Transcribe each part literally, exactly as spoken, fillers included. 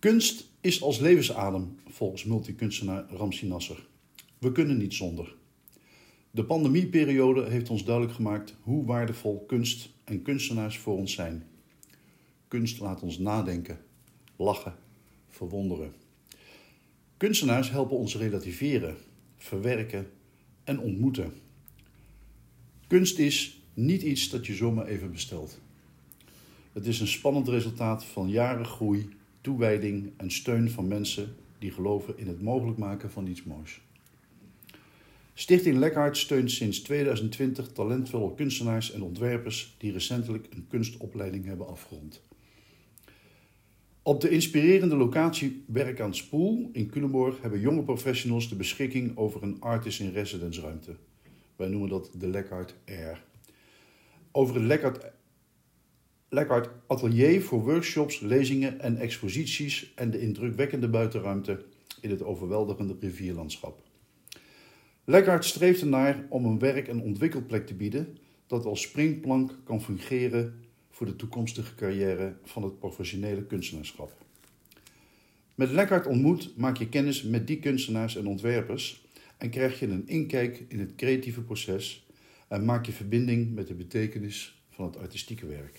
Kunst is als levensadem, volgens multikunstenaar Ramzi Nasser. We kunnen niet zonder. De pandemieperiode heeft ons duidelijk gemaakt hoe waardevol kunst en kunstenaars voor ons zijn. Kunst laat ons nadenken, lachen, verwonderen. Kunstenaars helpen ons relativeren, verwerken en ontmoeten. Kunst is niet iets dat je zomaar even bestelt. Het is een spannend resultaat van jaren groei, toewijding en steun van mensen die geloven in het mogelijk maken van iets moois. Stichting Lekhart steunt sinds tweeduizend twintig talentvolle kunstenaars en ontwerpers die recentelijk een kunstopleiding hebben afgerond. Op de inspirerende locatie Werk aan Spoel in Culemborg hebben jonge professionals de beschikking over een Artist in Residence ruimte. Wij noemen dat de Lekhart Air. Over het Lekhart, Lekhart Atelier voor workshops, lezingen en exposities en de indrukwekkende buitenruimte in het overweldigende rivierlandschap. Lekhart streeft ernaar om een werk- en ontwikkelplek te bieden dat als springplank kan fungeren voor de toekomstige carrière van het professionele kunstenaarschap. Met Lekhart Ontmoet maak je kennis met die kunstenaars en ontwerpers en krijg je een inkijk in het creatieve proces en maak je verbinding met de betekenis van het artistieke werk.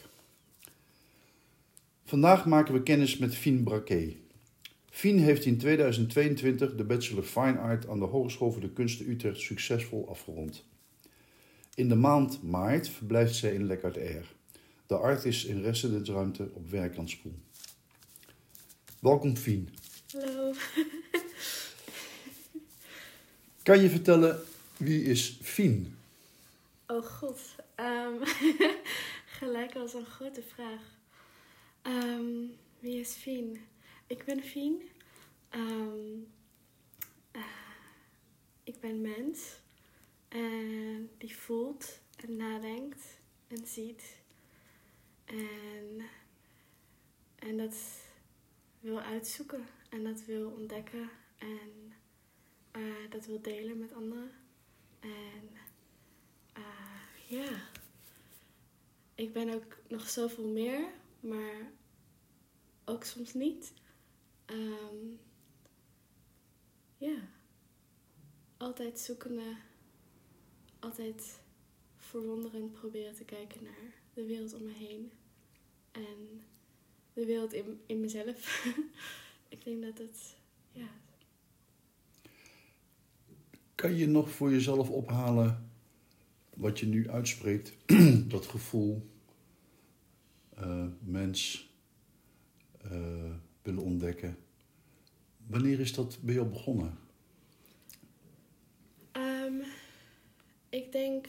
Vandaag maken we kennis met Fien Braquet. Fien heeft in tweeduizend tweeëntwintig de Bachelor Fine Art aan de Hogeschool voor de Kunsten Utrecht succesvol afgerond. In de maand maart verblijft zij in Lekhart Air, de Artist in Residence ruimte op Werk aan Spoel. Welkom Fien. Hallo. Kan je vertellen wie is Fien? Oh god, um, gelijk als een grote vraag. Um, wie is Fien? Ik ben Fien. Um, uh, ik ben mens. En die voelt en nadenkt en ziet. En, en dat wil uitzoeken. En dat wil ontdekken. En uh, dat wil delen met anderen. En uh, ja, ik ben ook nog zoveel meer. Maar ook soms niet. Um, ja, altijd zoekende, altijd verwonderend proberen te kijken naar de wereld om me heen. En de wereld in, in mezelf. Ik denk dat het, ja. Kan je nog voor jezelf ophalen wat je nu uitspreekt? Dat gevoel, uh, mens, uh, willen ontdekken. Wanneer is dat bij jou begonnen? Um, ik denk,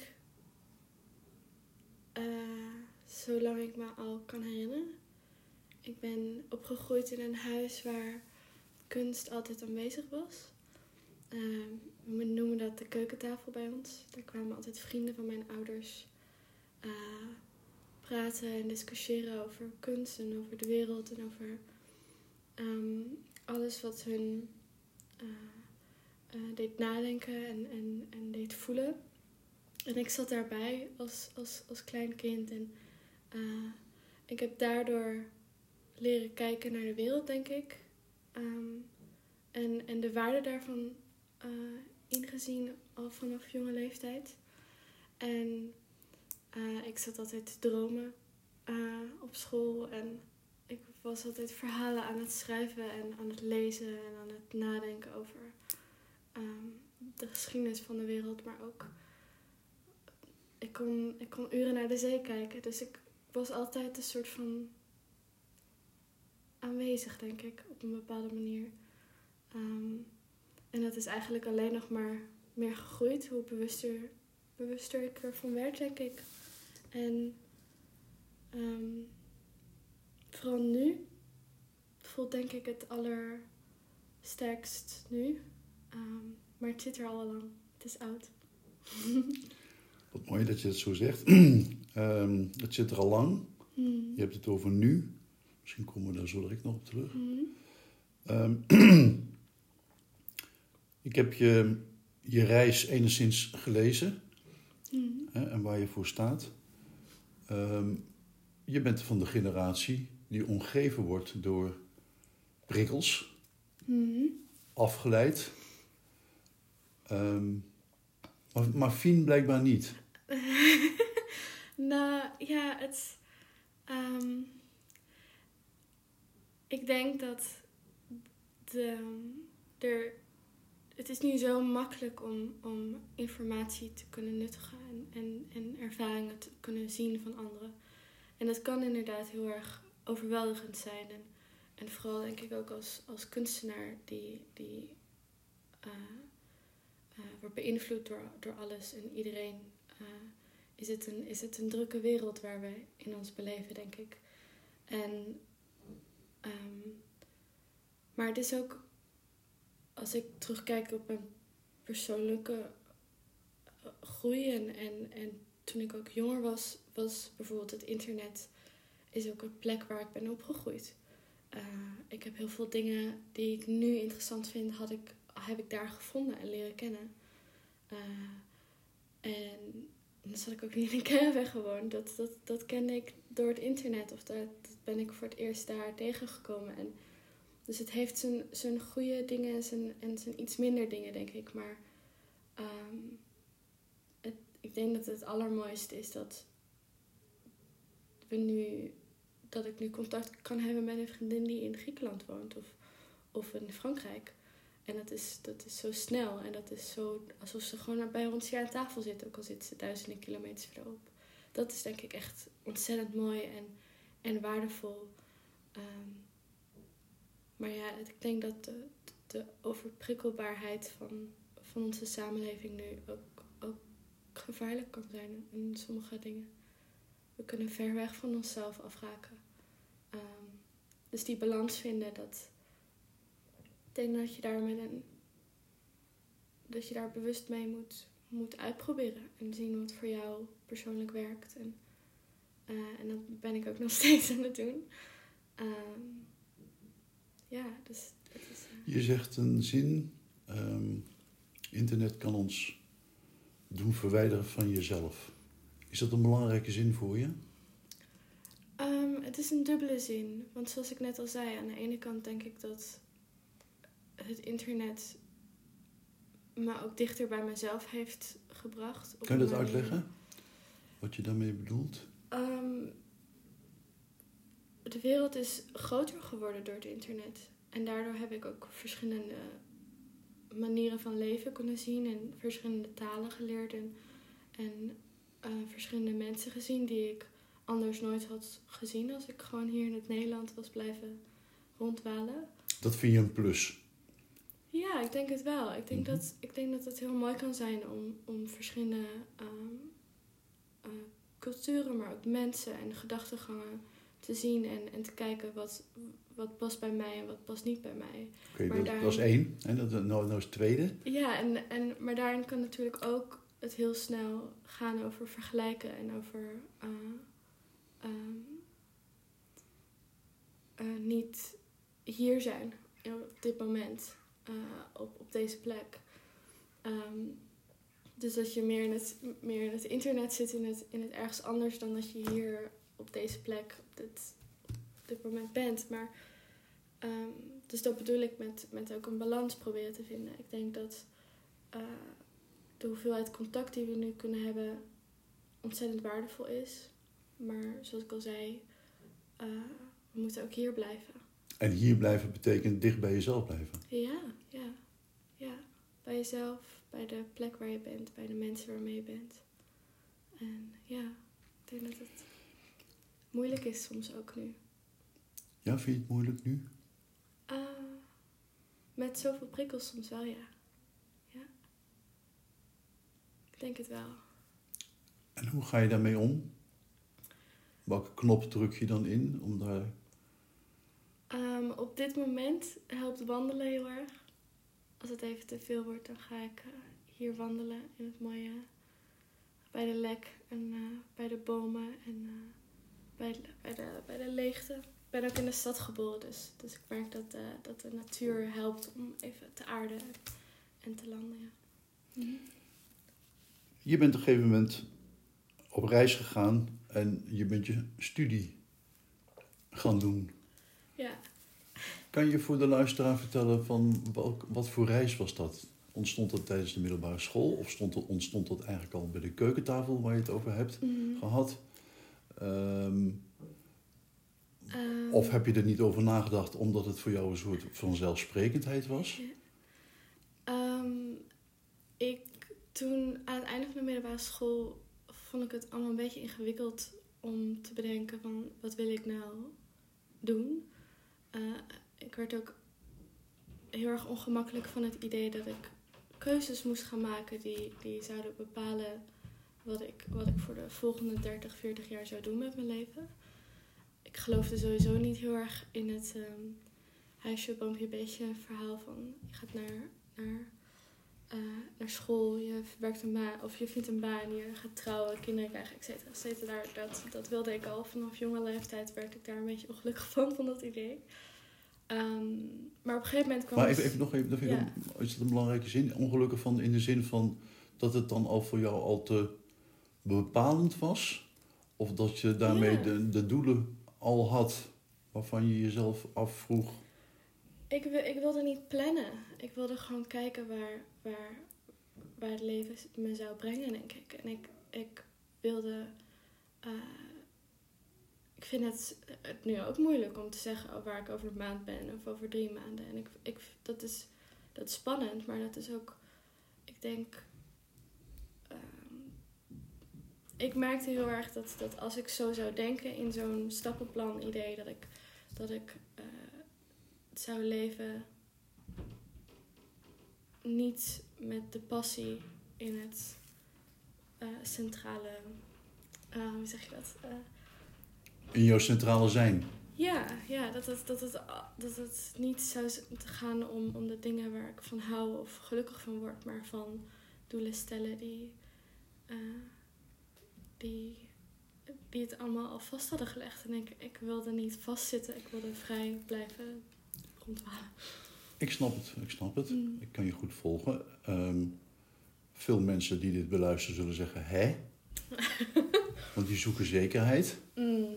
uh, zolang ik me al kan herinneren. Ik ben opgegroeid in een huis waar kunst altijd aanwezig was. Uh, we noemen dat de keukentafel bij ons. Daar kwamen altijd vrienden van mijn ouders uh, praten en discussiëren over kunst en over de wereld en over um, alles wat hun uh, uh, deed nadenken en, en, en deed voelen. En ik zat daarbij als, als, als klein kind en uh, ik heb daardoor leren kijken naar de wereld, denk ik. Um, en, en de waarde daarvan uh, ingezien al vanaf jonge leeftijd. En uh, ik zat altijd te dromen uh, op school en ik was altijd verhalen aan het schrijven en aan het lezen en aan het nadenken over um, de geschiedenis van de wereld, maar ook ik kon, ik kon uren naar de zee kijken. Dus ik was altijd een soort van aanwezig, denk ik, op een bepaalde manier. Um, en dat is eigenlijk alleen nog maar meer gegroeid, hoe bewuster, bewuster ik ervan werd, denk ik. En um, vooral nu voelt denk ik het allersterkst nu. Um, maar het zit er al lang. Het is oud. Wat mooi dat je het zo zegt. um, het zit er al lang. Mm. Je hebt het over nu. Misschien komen we daar zo direct nog op terug. Mm. Um, ik heb je, je reis enigszins gelezen. Mm. Hè, en waar je voor staat. Um, je bent van de generatie die omgeven wordt door prikkels, Mm-hmm. afgeleid. Um, maar, maar Fien blijkbaar niet. Nou, ja, het... Um, ik denk dat de, er, het is nu zo makkelijk om, om informatie te kunnen nuttigen en, en, en ervaringen te kunnen zien van anderen. En dat kan inderdaad heel erg overweldigend zijn. En, en vooral denk ik ook als, als kunstenaar die, die uh, uh, wordt beïnvloed door, door alles en iedereen. Uh, is, het een, is het een drukke wereld waar we in ons beleven, denk ik. En, um, maar het is ook, als ik terugkijk op mijn persoonlijke groei en, en, en toen ik ook jonger was, was bijvoorbeeld het internet is ook een plek waar ik ben opgegroeid. Uh, ik heb heel veel dingen die ik nu interessant vind, had ik, heb ik daar gevonden en leren kennen. Uh, en dan zat ik ook niet in een caravan gewoond. Dat, dat, dat kende ik door het internet. Of dat, dat ben ik voor het eerst daar tegengekomen. En dus het heeft zijn, zijn goede dingen en zijn, en zijn iets minder dingen, denk ik. Maar um, het, ik denk dat het allermooiste is dat we nu, dat ik nu contact kan hebben met een vriendin die in Griekenland woont of, of in Frankrijk. En dat is, dat is zo snel en dat is zo alsof ze gewoon bij ons hier aan tafel zit, ook al zit ze duizenden kilometers verderop. Dat is denk ik echt ontzettend mooi en, en waardevol. Um, maar ja, ik denk dat de, de overprikkelbaarheid van, van onze samenleving nu ook, ook gevaarlijk kan zijn in sommige dingen. We kunnen ver weg van onszelf afraken. Um, dus die balans vinden, dat... Ik denk dat je daar met een... Dat je daar bewust mee moet, moet uitproberen. En zien wat voor jou persoonlijk werkt. En, uh, en dat ben ik ook nog steeds aan het doen. Um, ja, dus... Het is, uh... Je zegt een zin... Um, internet kan ons doen verwijderen van jezelf. Is dat een belangrijke zin voor je? Um, het is een dubbele zin. Want zoals ik net al zei, aan de ene kant denk ik dat het internet me ook dichter bij mezelf heeft gebracht. Kan je dat uitleggen? Wat je daarmee bedoelt? Um, de wereld is groter geworden door het internet. En daardoor heb ik ook verschillende manieren van leven kunnen zien. En verschillende talen geleerd. En, en uh, verschillende mensen gezien die ik anders nooit had gezien als ik gewoon hier in het Nederland was blijven rondwalen. Dat vind je een plus? Ja, ik denk het wel. Ik denk, Mm-hmm. dat, ik denk dat het heel mooi kan zijn om, om verschillende um, uh, culturen, maar ook mensen en gedachtegangen te zien en, en te kijken wat, wat past bij mij en wat past niet bij mij. Oké, okay, dat, daarin... dat is één. En dat, nou, nou is het tweede. Ja, en, en, maar daarin kan natuurlijk ook het heel snel gaan over vergelijken en over uh, um, uh, niet hier zijn op dit moment. Uh, op, op deze plek. Um, dus dat je meer in, het, meer in het internet zit, in het, in het ergens anders dan dat je hier op deze plek op dit, op dit moment bent. Maar, um, dus dat bedoel ik met, met ook een balans proberen te vinden. Ik denk dat uh, de hoeveelheid contact die we nu kunnen hebben ontzettend waardevol is. Maar zoals ik al zei, uh, we moeten ook hier blijven. En hier blijven betekent dicht bij jezelf blijven? Ja, ja, ja. Bij jezelf, bij de plek waar je bent, bij de mensen waarmee je bent. En ja, ik denk dat het moeilijk is soms ook nu. Ja, vind je het moeilijk nu? Uh, met zoveel prikkels soms wel, ja. Ja. Ik denk het wel. En hoe ga je daarmee om? Welke knop druk je dan in om daar... Um, op dit moment helpt wandelen heel erg. Als het even te veel wordt, dan ga ik uh, hier wandelen in het mooie... Bij de lek en uh, bij de bomen en uh, bij, de, bij, de, bij de leegte. Ik ben ook in de stad geboren, dus, dus ik merk dat, uh, dat de natuur helpt om even te aarden en, en te landen. Ja. Mm-hmm. Je bent op een gegeven moment op reis gegaan en je bent je studie gaan doen. Ja. Kan je voor de luisteraar vertellen van welk, wat voor reis was dat? Ontstond dat tijdens de middelbare school? Of stond dat, ontstond dat eigenlijk al bij de keukentafel waar je het over hebt Mm. gehad? Um, Um, of heb je er niet over nagedacht omdat het voor jou een soort vanzelfsprekendheid was? Um, ik, toen aan het einde van de middelbare school vond ik het allemaal een beetje ingewikkeld om te bedenken van wat wil ik nou doen. Uh, ik werd ook heel erg ongemakkelijk van het idee dat ik keuzes moest gaan maken die, die zouden bepalen wat ik, wat ik voor de volgende dertig, veertig jaar zou doen met mijn leven. Ik geloofde sowieso niet heel erg in het um, huisje, boompje, beestje verhaal van je gaat naar, naar, uh, naar school, je werkt een baan of je vindt een baan, je gaat trouwen, kinderen krijgen, et cetera, et cetera. Daar, dat, dat wilde ik al vanaf jonge leeftijd, werd ik daar een beetje ongelukkig van, van dat idee. Um, maar op een gegeven moment kwam Maar het... even, even nog even, dat vind ik ja. een, is dat een belangrijke zin? Ongelukkig van in de zin van dat het dan al voor jou al te bepalend was? Of dat je daarmee Ja. de, de doelen al had waarvan je jezelf afvroeg? Ik, wil, ik wilde niet plannen. Ik wilde gewoon kijken waar, waar, waar het leven me zou brengen, denk ik. En ik, ik wilde... Uh, ik vind het, het nu ook moeilijk om te zeggen waar ik over een maand ben of over drie maanden. En ik, ik, dat, is, dat is spannend, maar dat is ook... Ik denk... Um, ik merkte heel erg dat, dat als ik zo zou denken in zo'n stappenplan idee, dat ik, dat ik uh, zou leven niet met de passie in het uh, centrale... Uh, hoe zeg je dat? Uh, In jouw centrale zijn? Ja, ja dat, het, dat, het, dat het niet zou gaan om, om de dingen waar ik van hou of gelukkig van word, maar van doelen stellen die, uh, die, die het allemaal al vast hadden gelegd. En ik, ik wilde niet vastzitten, ik wilde vrij blijven rondwalen. Ik snap het, ik snap het. Mm. Ik kan je goed volgen. Um, veel mensen die dit beluisteren zullen zeggen, hè? Want die zoeken zekerheid. Mm.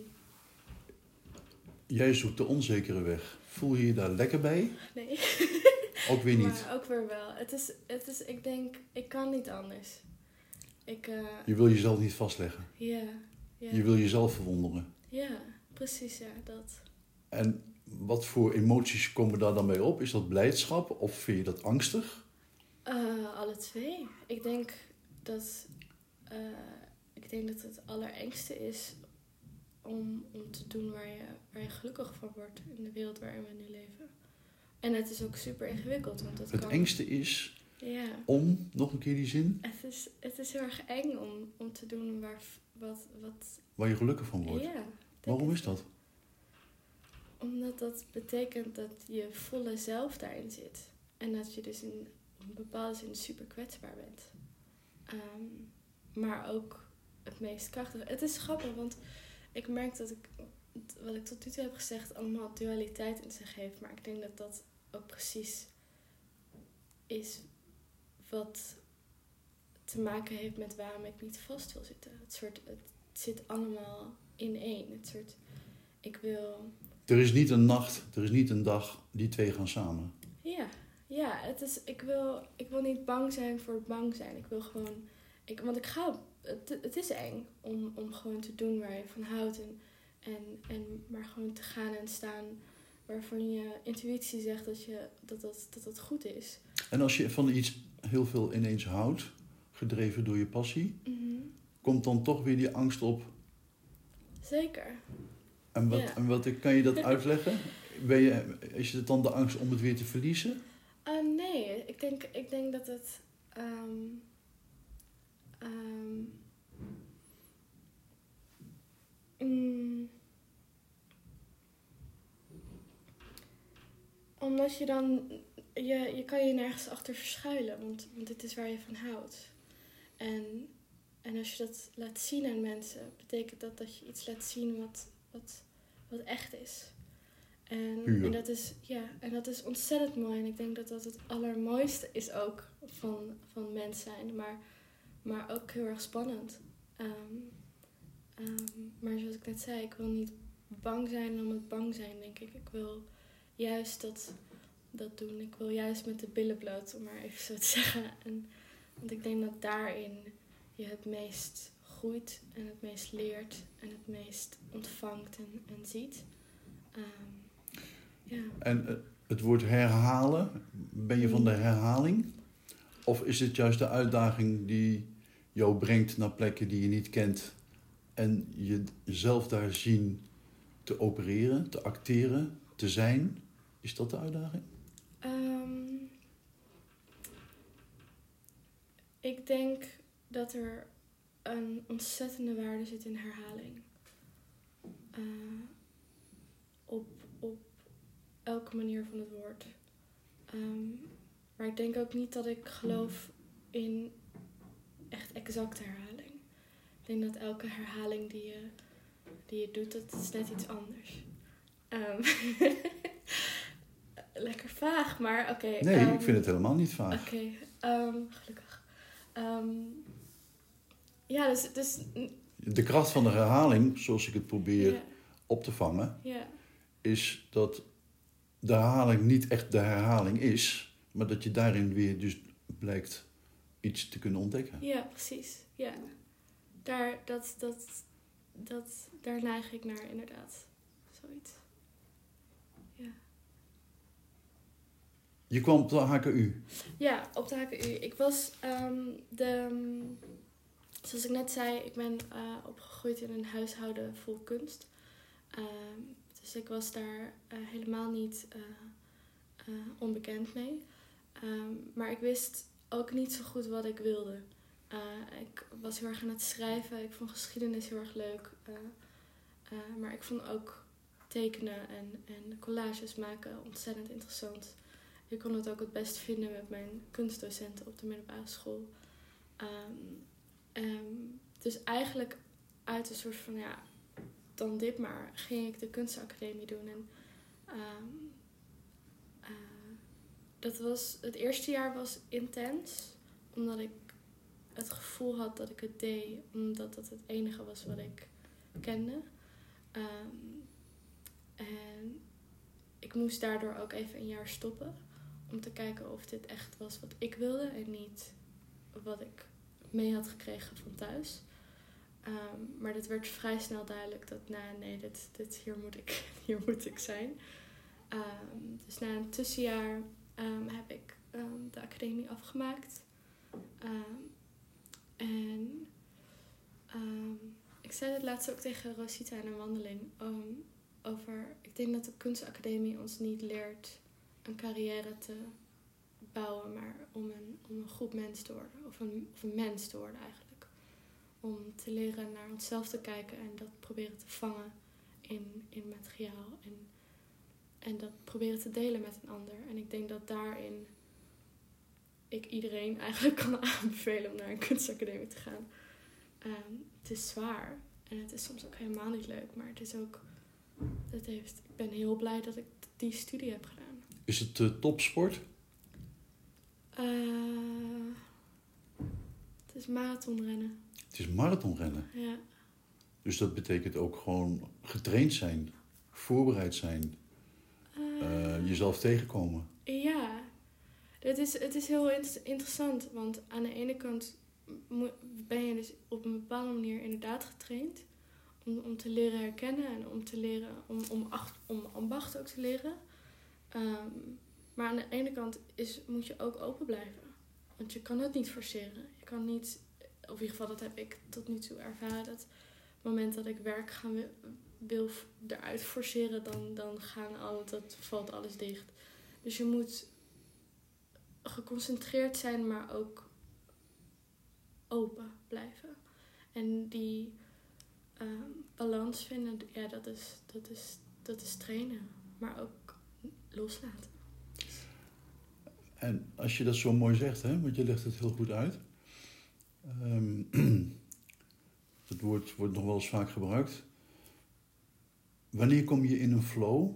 Jij zoekt de onzekere weg. Voel je je daar lekker bij? Nee. Ook weer niet. Maar ook weer wel. Het is, het is, ik denk, ik kan niet anders. Ik, uh, je wil jezelf niet vastleggen. Ja. Ja. Je wil jezelf verwonderen. Ja, precies, ja, dat. En wat voor emoties komen daar dan bij op? Is dat blijdschap of vind je dat angstig? Uh, alle twee. Ik denk dat, uh, ik denk dat het allerengste is om, om te doen waar je, waar je gelukkig van wordt in de wereld waarin we nu leven. En het is ook super ingewikkeld. Want het het kan... engste is ja. om, nog een keer die zin? Het is, het is heel erg eng om, om te doen waar, wat, wat... waar je gelukkig van wordt. Ja, waarom is dat? Omdat dat betekent dat je volle zelf daarin zit. En dat je dus in een bepaalde zin super kwetsbaar bent. Um, maar ook het meest krachtig. Het is grappig, want ik merk dat ik, wat ik tot nu toe heb gezegd, allemaal dualiteit in zich heeft. Maar ik denk dat dat ook precies is wat te maken heeft met waarom ik niet vast wil zitten. Het, soort, het zit allemaal in één. Het soort, ik wil... Er is niet een nacht, er is niet een dag, die twee gaan samen. Ja, ja het is, ik, wil, ik wil niet bang zijn voor het bang zijn. Ik wil gewoon... Ik, want ik ga... Het, het is eng om, om gewoon te doen waar je van houdt. En, en, en maar gewoon te gaan en staan waarvan je intuïtie zegt dat, je, dat, dat, dat dat goed is. En als je van iets heel veel ineens houdt, gedreven door je passie, Mm-hmm. komt dan toch weer die angst op? Zeker. En wat, Ja. en wat kan je dat uitleggen? Ben je, is het dan de angst om het weer te verliezen? Uh, nee, ik denk, ik denk dat het... Um, um, mm, omdat je dan... Je, je kan je nergens achter verschuilen, want, want dit is waar je van houdt. En, en als je dat laat zien aan mensen, betekent dat dat je iets laat zien wat, wat, wat echt is. En, en, dat is, ja, en dat is ontzettend mooi. En ik denk dat dat het allermooiste is ook van, van mens zijn. Maar, maar ook heel erg spannend. Um, um, maar zoals ik net zei, ik wil niet bang zijn om het bang zijn, denk ik. Ik wil juist dat, dat doen. Ik wil juist met de billen bloot, om maar even zo te zeggen. En, want ik denk dat daarin je het meest groeit en het meest leert en het meest ontvangt en, en ziet. Um, ja. En uh, het woord herhalen, ben je van de herhaling? Of is het juist de uitdaging die jou brengt naar plekken die je niet kent en jezelf daar zien te opereren, te acteren, te zijn? Is dat de uitdaging? Um, ik denk dat er een ontzettende waarde zit in herhaling. Uh, op, op elke manier van het woord. Um, maar ik denk ook niet dat ik geloof in echt exacte herhaling. Ik denk dat elke herhaling die je, die je doet, dat is net iets anders. Um, lekker vaag, maar oké. Okay, nee, um, ik vind het helemaal niet vaag. Oké, okay, um, gelukkig. Um, ja, dus, dus... De kracht van de herhaling, zoals ik het probeer yeah. op te vangen, yeah. is dat de herhaling niet echt de herhaling is, maar dat je daarin weer dus blijkt iets te kunnen ontdekken. Ja, precies. Ja. Daar, dat, dat, dat, daar neig ik naar, inderdaad. Zoiets. Ja. Je kwam op de H K U. Ja, op de H K U. Ik was um, de... Um, zoals ik net zei, ik ben uh, opgegroeid in een huishouden vol kunst. Uh, dus ik was daar uh, helemaal niet uh, uh, onbekend mee. Um, maar ik wist ook niet zo goed wat ik wilde. Uh, ik was heel erg aan het schrijven. Ik vond geschiedenis heel erg leuk. Uh, uh, maar ik vond ook tekenen en, en collages maken ontzettend interessant. Ik kon het ook het best vinden met mijn kunstdocenten op de middelbare school. Um, um, dus eigenlijk uit een soort van, ja, dan dit maar, ging ik de kunstacademie doen. En um, uh, dat was, het eerste jaar was intens, omdat ik het gevoel had dat ik het deed, omdat dat het enige was wat ik kende. Um, en ik moest daardoor ook even een jaar stoppen, om te kijken of dit echt was wat ik wilde en niet wat ik mee had gekregen van thuis. Um, maar dat werd vrij snel duidelijk dat, nou nee, dit, dit, hier, moet ik, hier moet ik zijn. Um, dus na een tussenjaar um, heb ik um, de academie afgemaakt. Um, en um, ik zei het laatst ook tegen Rosita in een wandeling. Um, over, ik denk dat de kunstacademie ons niet leert een carrière te bouwen, maar om een, om een goed mens te worden. Of een, of een mens te worden eigenlijk. Om te leren naar onszelf te kijken en dat proberen te vangen in, in materiaal. En, en dat proberen te delen met een ander. En ik denk dat daarin ik iedereen eigenlijk kan aanbevelen om naar een kunstacademie te gaan. Um, het is zwaar en het is soms ook helemaal niet leuk, maar het is ook, het heeft, ik ben heel blij dat ik die studie heb gedaan. Is het uh, topsport? Uh, het is marathonrennen. Het is marathonrennen? Ja. Dus dat betekent ook gewoon getraind zijn, voorbereid zijn, uh, uh, jezelf tegenkomen. Ja, het is, het is heel interessant, want aan de ene kant ben je dus op een bepaalde manier inderdaad getraind om, om te leren herkennen en om te leren, om, om, acht, om ambacht ook te leren. Um, maar aan de ene kant is, moet je ook open blijven, want je kan het niet forceren. Je kan niet, of in ieder geval dat heb ik tot nu toe ervaren, dat op het moment dat ik werk gaan wil, wil eruit forceren, dan, dan gaan alle, dat valt alles dicht. Dus je moet geconcentreerd zijn, maar ook open blijven. En die um, balans vinden, ja, dat is, dat, is, dat is trainen, maar ook loslaten. En als je dat zo mooi zegt, hè, want je legt het heel goed uit. Um, het woord wordt nog wel eens vaak gebruikt. Wanneer kom je in een flow?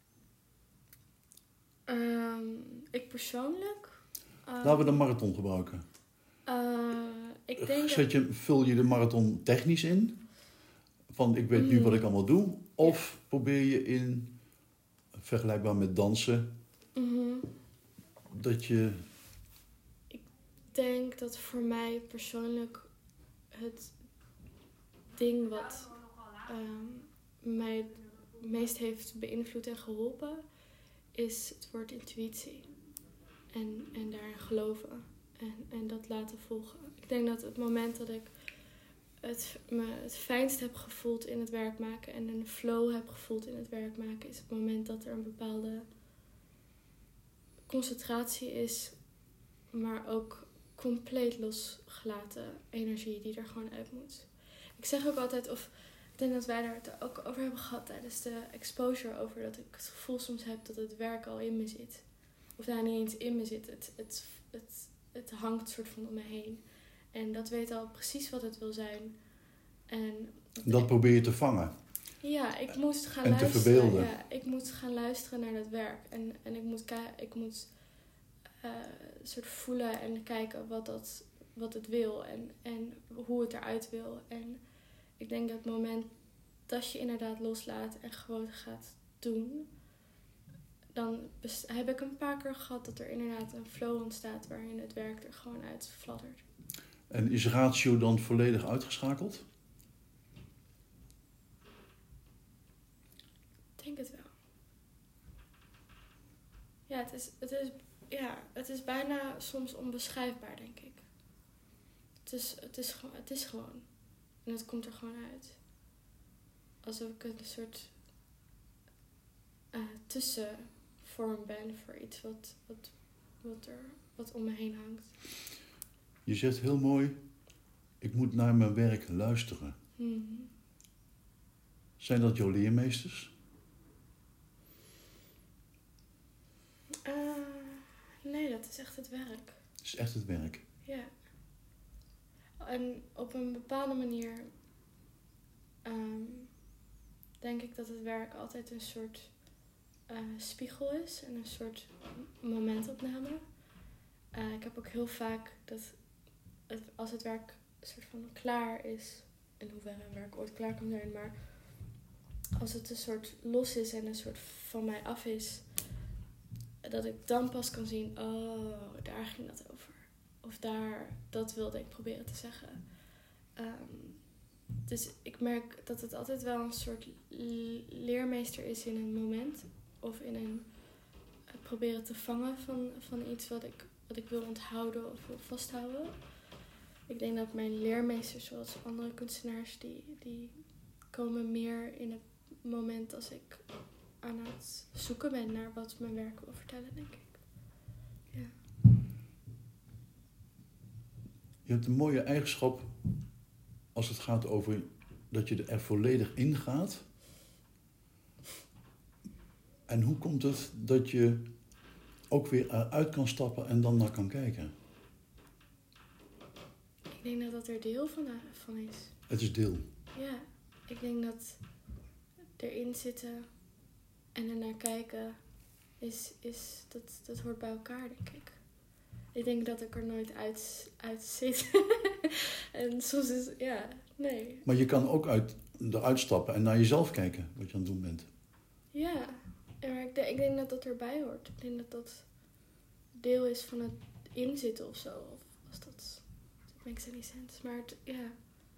Um, ik persoonlijk... Uh, Laten we de marathon gebruiken. Uh, ik denk Zet je, vul je de marathon technisch in? Van ik weet Mm. nu wat ik allemaal doe. Of probeer je in vergelijkbaar met dansen. Mhm. Dat je... Ik denk dat voor mij persoonlijk het ding wat um, mij het meest heeft beïnvloed en geholpen, is het woord intuïtie. En, en daarin geloven. En, en dat laten volgen. Ik denk dat het moment dat ik het, me het fijnst heb gevoeld in het werk maken en een flow heb gevoeld in het werk maken, is het moment dat er een bepaalde concentratie is, maar ook compleet losgelaten energie die er gewoon uit moet. Ik zeg ook altijd, of ik denk dat wij daar het ook over hebben gehad tijdens de exposure, over dat ik het gevoel soms heb dat het werk al in me zit. Of daar niet eens in me zit. Het, het, het, het hangt soort van om me heen. En dat weet al precies wat het wil zijn. En Dat probeer je te vangen. Ja, ik moest gaan en luisteren. te verbeelden. Ja, ik moest gaan luisteren naar dat werk. En, en ik moet, ik moet uh, soort voelen en kijken wat, dat, wat het wil. En, en hoe het eruit wil. En ik denk dat het moment dat je inderdaad loslaat en gewoon gaat doen, dan best- heb ik een paar keer gehad dat er inderdaad een flow ontstaat waarin het werk er gewoon uit fladdert. En is ratio dan volledig uitgeschakeld? Ik denk het wel. Ja, het is, het is, ja, het is bijna soms onbeschrijfbaar, denk ik. Het is, het is, gewoon, het is gewoon. En het komt er gewoon uit. Alsof ik een soort uh, tussenvorm ben voor iets wat, wat, wat, er, wat om me heen hangt. Je zegt heel mooi, ik moet naar mijn werk luisteren. Mm-hmm. Zijn dat jouw leermeesters? Uh, nee, dat is echt het werk. Het is echt het werk. Ja. En op een bepaalde manier um, denk ik dat het werk altijd een soort uh, spiegel is en een soort momentopname. Uh, ik heb ook heel vaak dat het, als het werk een soort van klaar is, in hoeverre een werk ooit klaar kan zijn, maar als het een soort los is en een soort van mij af is, dat ik dan pas kan zien, oh, daar ging dat over. Of daar, dat wilde ik proberen te zeggen. Um, dus ik merk dat het altijd wel een soort leermeester is in een moment. Of in een uh, proberen te vangen van, van iets wat ik, wat ik wil onthouden of wil vasthouden. Ik denk dat mijn leermeesters, zoals andere kunstenaars, die, die komen meer in het moment als ik aan het zoeken ben naar wat mijn werk wil vertellen, denk ik. Ja. Je hebt een mooie eigenschap als het gaat over dat je er volledig in gaat. En hoe komt het dat je ook weer eruit kan stappen en dan naar kan kijken? Ik denk dat dat er deel van, van is. Het is deel. Ja, ik denk dat erin zitten en er naar kijken, is, is, dat, dat hoort bij elkaar, denk ik. Ik denk dat ik er nooit uit, uit zit. En soms is, ja, nee. Maar je kan ook uit, eruit stappen en naar jezelf kijken, wat je aan het doen bent. Ja, maar ik, denk, ik denk dat dat erbij hoort. Ik denk dat dat deel is van het inzitten of zo. Of als dat, dat makes any sense. Maar het, ja.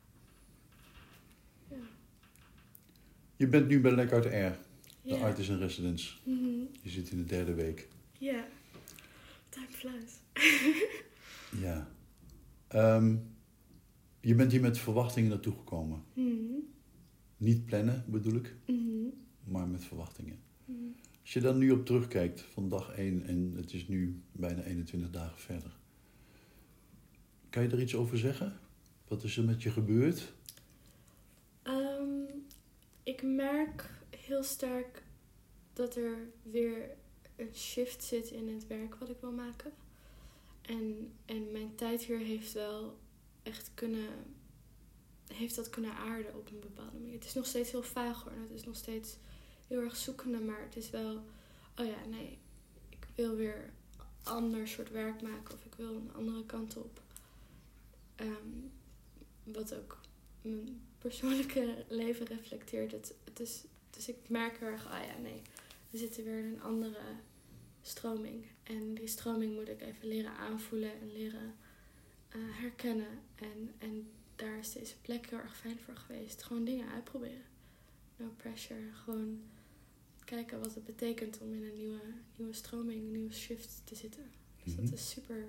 ja. Je bent nu bij Lek Art Air, de Ja. Artist in Residence. Mm-hmm. Je zit in de derde week. Ja, time flies. Ja. Um, je bent hier met verwachtingen naartoe gekomen. Mm-hmm. Niet plannen, bedoel ik, Mm-hmm. maar met verwachtingen. Mm-hmm. Als je daar nu op terugkijkt, van dag één en het is nu bijna eenentwintig dagen verder. Kan je er iets over zeggen? Wat is er met je gebeurd? Um, ik merk heel sterk dat er weer een shift zit in het werk wat ik wil maken. En, en mijn tijd hier heeft wel echt kunnen, heeft dat kunnen aarden op een bepaalde manier. Het is nog steeds heel vaag hoor. Het is nog steeds heel erg zoekende, maar het is wel, oh ja, nee, ik wil weer een ander soort werk maken of ik wil een andere kant op. Um, wat ook mijn persoonlijke leven reflecteert. Het, het is, dus ik merk heel erg, ah ja, nee, we zitten weer in een andere stroming. En die stroming moet ik even leren aanvoelen en leren uh, herkennen. En, en daar is deze plek heel erg fijn voor geweest. Gewoon dingen uitproberen. No pressure. Gewoon kijken wat het betekent om in een nieuwe, nieuwe stroming, een nieuwe shift te zitten. Dus Mm-hmm. dat is super.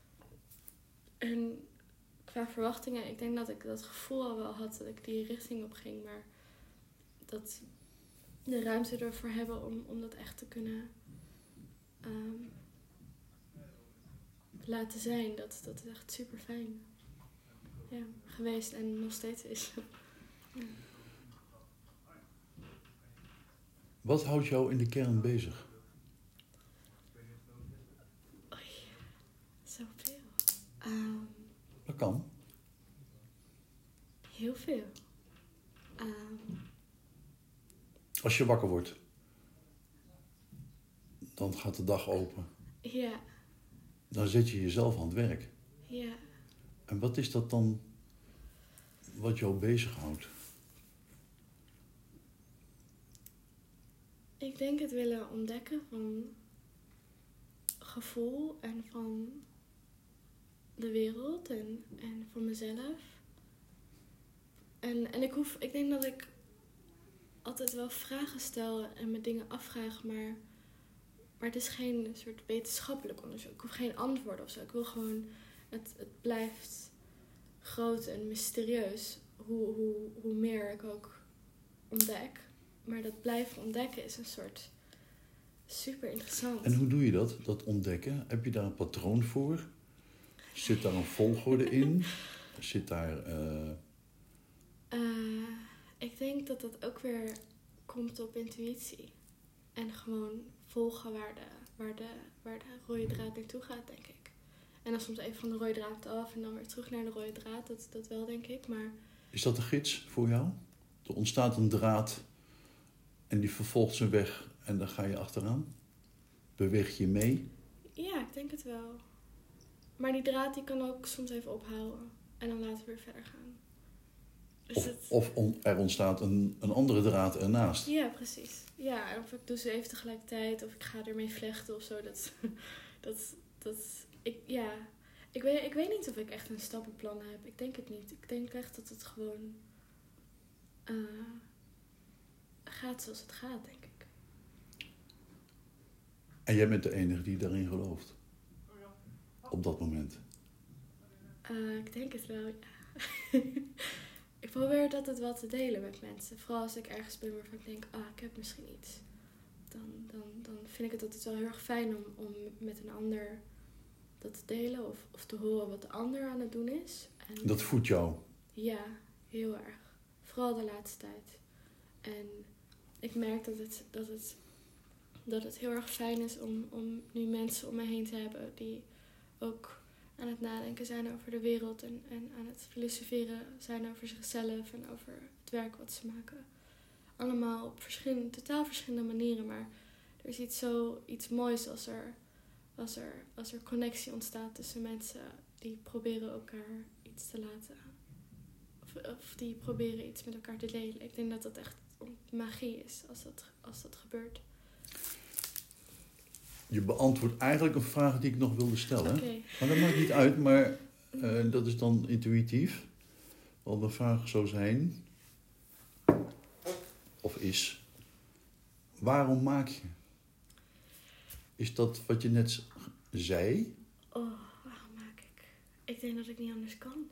En qua verwachtingen, ik denk dat ik dat gevoel al wel had dat ik die richting op ging. Maar dat de ruimte ervoor hebben om, om dat echt te kunnen um, laten zijn, dat, dat is echt super fijn. Ja, geweest en nog steeds is. Ja. Wat houdt jou in de kern bezig? Oei, zoveel. Um, Dat kan. heel veel. Um, Als je wakker wordt, dan gaat de dag open. ja. Dan zet je jezelf aan het werk. Ja. En wat is dat dan wat jou bezighoudt? Ik denk het willen ontdekken van gevoel en van de wereld en, en van mezelf. En, en ik, hoef, ik denk dat ik altijd wel vragen stel en me dingen afvraag, maar, maar het is geen soort wetenschappelijk onderzoek. Ik hoef geen antwoorden of zo. Ik wil gewoon, het, het blijft groot en mysterieus hoe, hoe, hoe meer ik ook ontdek. Maar dat blijven ontdekken is een soort super interessant. En hoe doe je dat, dat ontdekken? Heb je daar een patroon voor? Zit daar een volgorde in? Zit daar... Uh... Uh, ik denk dat dat ook weer komt op intuïtie. En gewoon volgen waar de, waar de, waar de rode draad naartoe gaat, denk ik. En dan soms even van de rode draad af en dan weer terug naar de rode draad. Dat, dat wel, denk ik. Maar... Is dat een gids voor jou? Er ontstaat een draad en die vervolgt zijn weg en dan ga je achteraan? Beweeg je mee? Ja, ik denk het wel. Maar die draad die kan ook soms even ophouden. En dan laten we weer verder gaan. Dus of het... of on, er ontstaat een, een andere draad ernaast. Ja, precies. Ja, of ik doe ze even tegelijkertijd. Of ik ga ermee vlechten of zo. Dat, dat, dat, ik, ja. Ik weet, ik weet niet of ik echt een stappenplan heb. Ik denk het niet. Ik denk echt dat het gewoon uh, gaat zoals het gaat, denk ik. En jij bent de enige die daarin gelooft? Op dat moment? Uh, ik denk het wel, ja. Ik probeer dat het wel te delen met mensen. Vooral als ik ergens ben waarvan ik denk, ah, ik heb misschien iets. Dan, dan, dan vind ik het altijd wel heel erg fijn om, om met een ander dat te delen. Of, of te horen wat de ander aan het doen is. En, dat voedt jou? Ja, heel erg. Vooral de laatste tijd. En ik merk dat het, dat het, dat het heel erg fijn is om, om nu mensen om me heen te hebben die ook aan het nadenken zijn over de wereld en, en aan het filosoferen zijn over zichzelf en over het werk wat ze maken. Allemaal op verschillende, totaal verschillende manieren, maar er is iets zo iets moois als er, als er, als er connectie ontstaat tussen mensen die proberen elkaar iets te laten. Of, of die proberen iets met elkaar te delen. Ik denk dat dat echt magie is als dat, als dat gebeurt. Je beantwoordt eigenlijk een vraag die ik nog wilde stellen. Okay. Maar dat maakt niet uit, maar uh, dat is dan intuïtief. Want de vraag zou zijn, of is, waarom maak je? Is dat wat je net zei? Oh, waarom maak ik? Ik denk dat ik niet anders kan.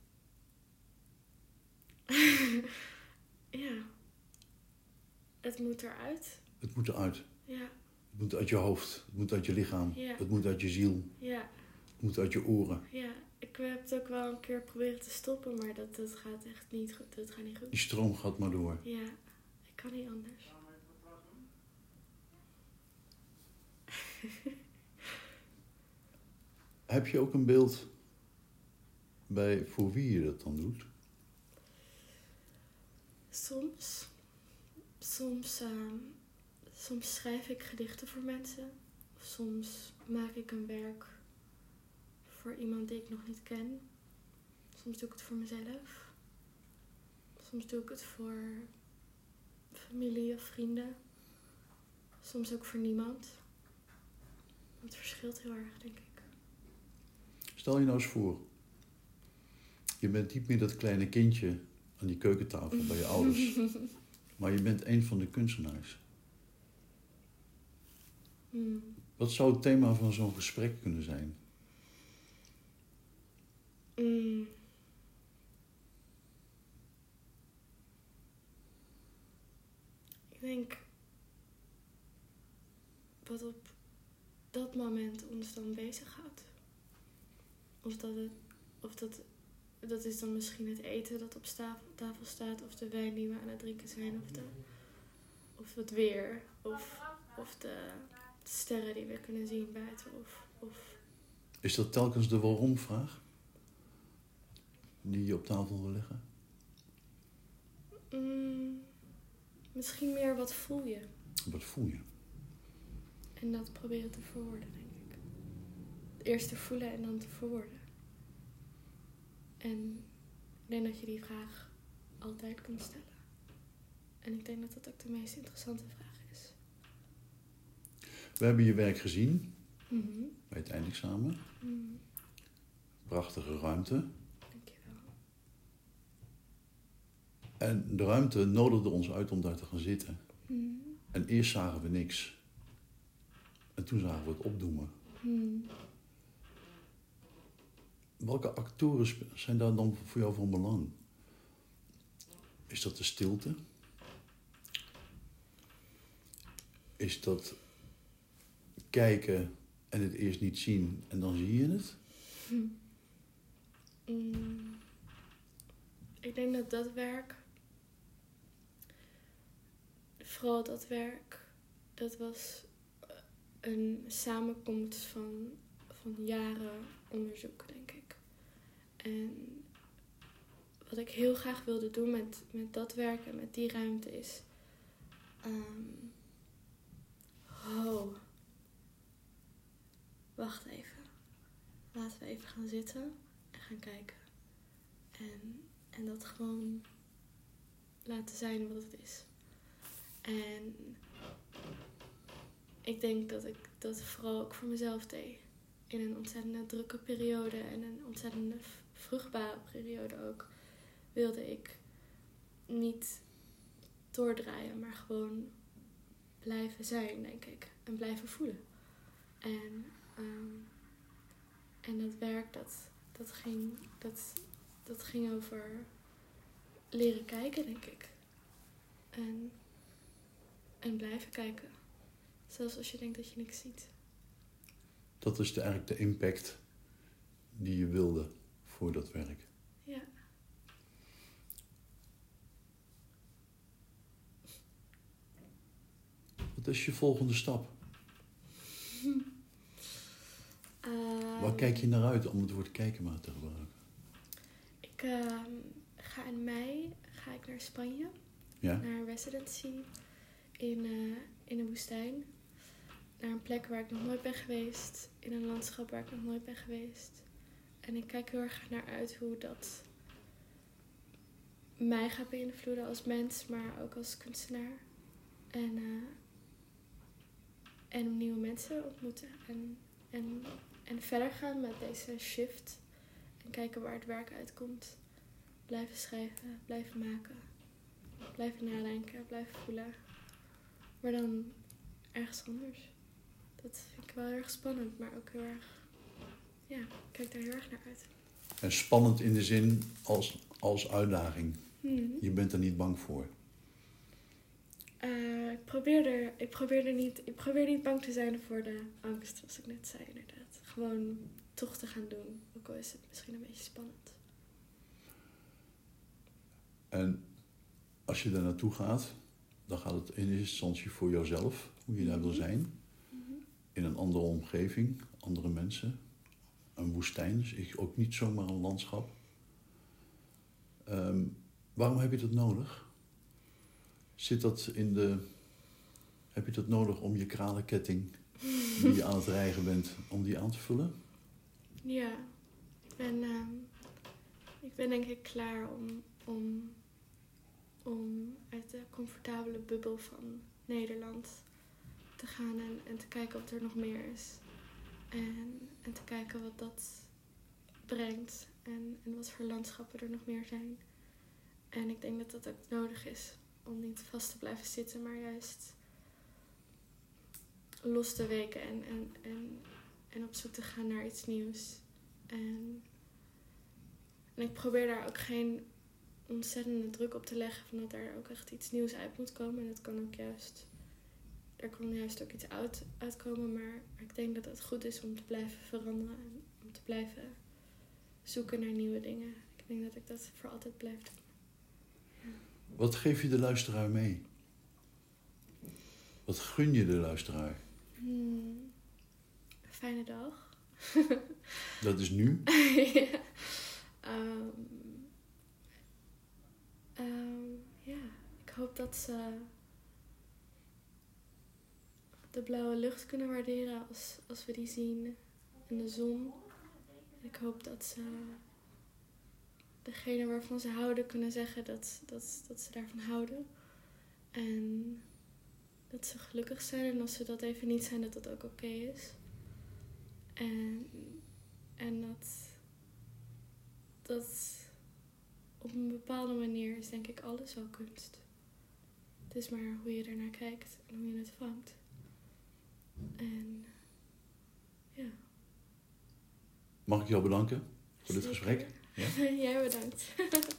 Ja. Het moet eruit. Het moet eruit. Ja. Het moet uit je hoofd, het moet uit je lichaam, Ja. Het moet uit je ziel, Ja. Het moet uit je oren. Ja, ik heb het ook wel een keer proberen te stoppen, maar dat, dat gaat echt niet goed. Dat gaat niet goed. Die stroom gaat maar door. Ja, ik kan niet anders. Heb je ook een beeld bij voor wie je dat dan doet? Soms. Soms, uh, soms schrijf ik gedichten voor mensen. Of soms maak ik een werk voor iemand die ik nog niet ken. Soms doe ik het voor mezelf. Soms doe ik het voor familie of vrienden. soms ook voor niemand. Het verschilt heel erg, denk ik. Stel je nou eens voor, je bent niet meer dat kleine kindje aan die keukentafel bij je ouders, maar je bent een van de kunstenaars. Hmm. Wat zou het thema van zo'n gesprek kunnen zijn? Mm. Ik denk wat op dat moment ons dan bezighoudt. Of dat het, of dat, dat is dan misschien het eten dat op tafel, tafel staat, of de wijn die we aan het drinken zijn, of, de, of het weer, of, of de sterren die we kunnen zien buiten. Of, of... Is dat telkens de waarom-vraag die je op tafel wil leggen? Mm, misschien meer wat voel je. Wat voel je? En dat proberen te verwoorden, denk ik. Eerst te voelen en dan te verwoorden. En ik denk dat je die vraag altijd kunt stellen. En ik denk dat dat ook de meest interessante vraag is. We hebben je werk gezien Mm-hmm. bij het eindexamen. Mm. Prachtige ruimte. Dankjewel. En de ruimte nodigde ons uit om daar te gaan zitten. Mm. En eerst zagen we niks. En toen zagen we het opdoemen. Mm. Welke actoren sp- zijn daar dan voor jou van belang? Is dat de stilte? Is dat kijken en het eerst niet zien en dan zie je het? Mm. Ik denk dat dat werk, vooral dat werk, dat was een samenkomst van, van jaren onderzoek, denk ik. En wat ik heel graag wilde doen met, met dat werk en met die ruimte is... Um, oh, wacht even. Laten we even gaan zitten en gaan kijken. En, en dat gewoon laten zijn wat het is. En ik denk dat ik dat vooral ook voor mezelf deed. In een ontzettend drukke periode en een ontzettend vruchtbare periode ook. Wilde ik niet doordraaien, maar gewoon blijven zijn, denk ik. En blijven voelen. En, um, en dat werk, dat, dat, ging, dat, dat ging over leren kijken, denk ik. En, en blijven kijken. Zelfs als je denkt dat je niks ziet. Dat is de, eigenlijk de impact die je wilde voor dat werk. Ja. Wat is je volgende stap? Um, Waar kijk je naar uit om het woord kijken maar te gebruiken? Ik um, ga in mei ga ik naar Spanje. Ja? Naar een residency in, uh, in de woestijn. Naar een plek waar ik nog nooit ben geweest. In een landschap waar ik nog nooit ben geweest. En ik kijk heel erg naar uit hoe dat mij gaat beïnvloeden als mens, maar ook als kunstenaar. En, uh, en nieuwe mensen ontmoeten. En, en, en verder gaan met deze shift. En kijken waar het werk uitkomt. Blijven schrijven, blijven maken. Blijven nadenken, blijven voelen. Maar dan ergens anders. Dat vind ik wel heel erg spannend, maar ook heel erg... Ja, ik kijk daar heel erg naar uit. En spannend in de zin als, als uitdaging. Hmm. Je bent er niet bang voor. Uh, ik, probeer er, ik, probeer er niet, ik probeer niet bang te zijn voor de angst, zoals ik net zei, inderdaad. Gewoon toch te gaan doen, ook al is het misschien een beetje spannend. En als je daar naartoe gaat, dan gaat het in eerste instantie voor jouzelf, hoe je daar wil zijn. Mm-hmm. In een andere omgeving, andere mensen. Een woestijn, dus ook niet zomaar een landschap. Um, waarom heb je dat nodig? Zit dat in de... Heb je dat nodig om je kralenketting, die je aan het rijgen bent, om die aan te vullen? Ja, ik ben, uh, ik ben denk ik klaar om, om, om uit de comfortabele bubbel van Nederland te gaan en, en te kijken wat er nog meer is. En, en te kijken wat dat brengt en, en wat voor landschappen er nog meer zijn. En ik denk dat dat ook nodig is om niet vast te blijven zitten, maar juist los te weken en, en, en, en op zoek te gaan naar iets nieuws. En, en ik probeer daar ook geen ontzettende druk op te leggen van dat er ook echt iets nieuws uit moet komen. En dat kan ook juist, er kan juist ook iets uit, uitkomen, maar ik denk dat het goed is om te blijven veranderen en om te blijven zoeken naar nieuwe dingen. Ik denk dat ik dat voor altijd blijf doen. Ja. Wat geef je de luisteraar mee? Wat gun je de luisteraar? Hmm, een fijne dag. Dat is nu? ja. Um, um, ja, ik hoop dat ze de blauwe lucht kunnen waarderen als, als we die zien en de zon. Ik hoop dat ze degene waarvan ze houden kunnen zeggen dat, dat, dat ze daarvan houden. En dat ze gelukkig zijn. En als ze dat even niet zijn, dat dat ook oké is. En, en dat, dat op een bepaalde manier is denk ik alles wel kunst. Het is maar hoe je ernaar kijkt en hoe je het vangt. En ja. Mag ik jou bedanken voor dit Zeker. gesprek? Ja? Jij bedankt.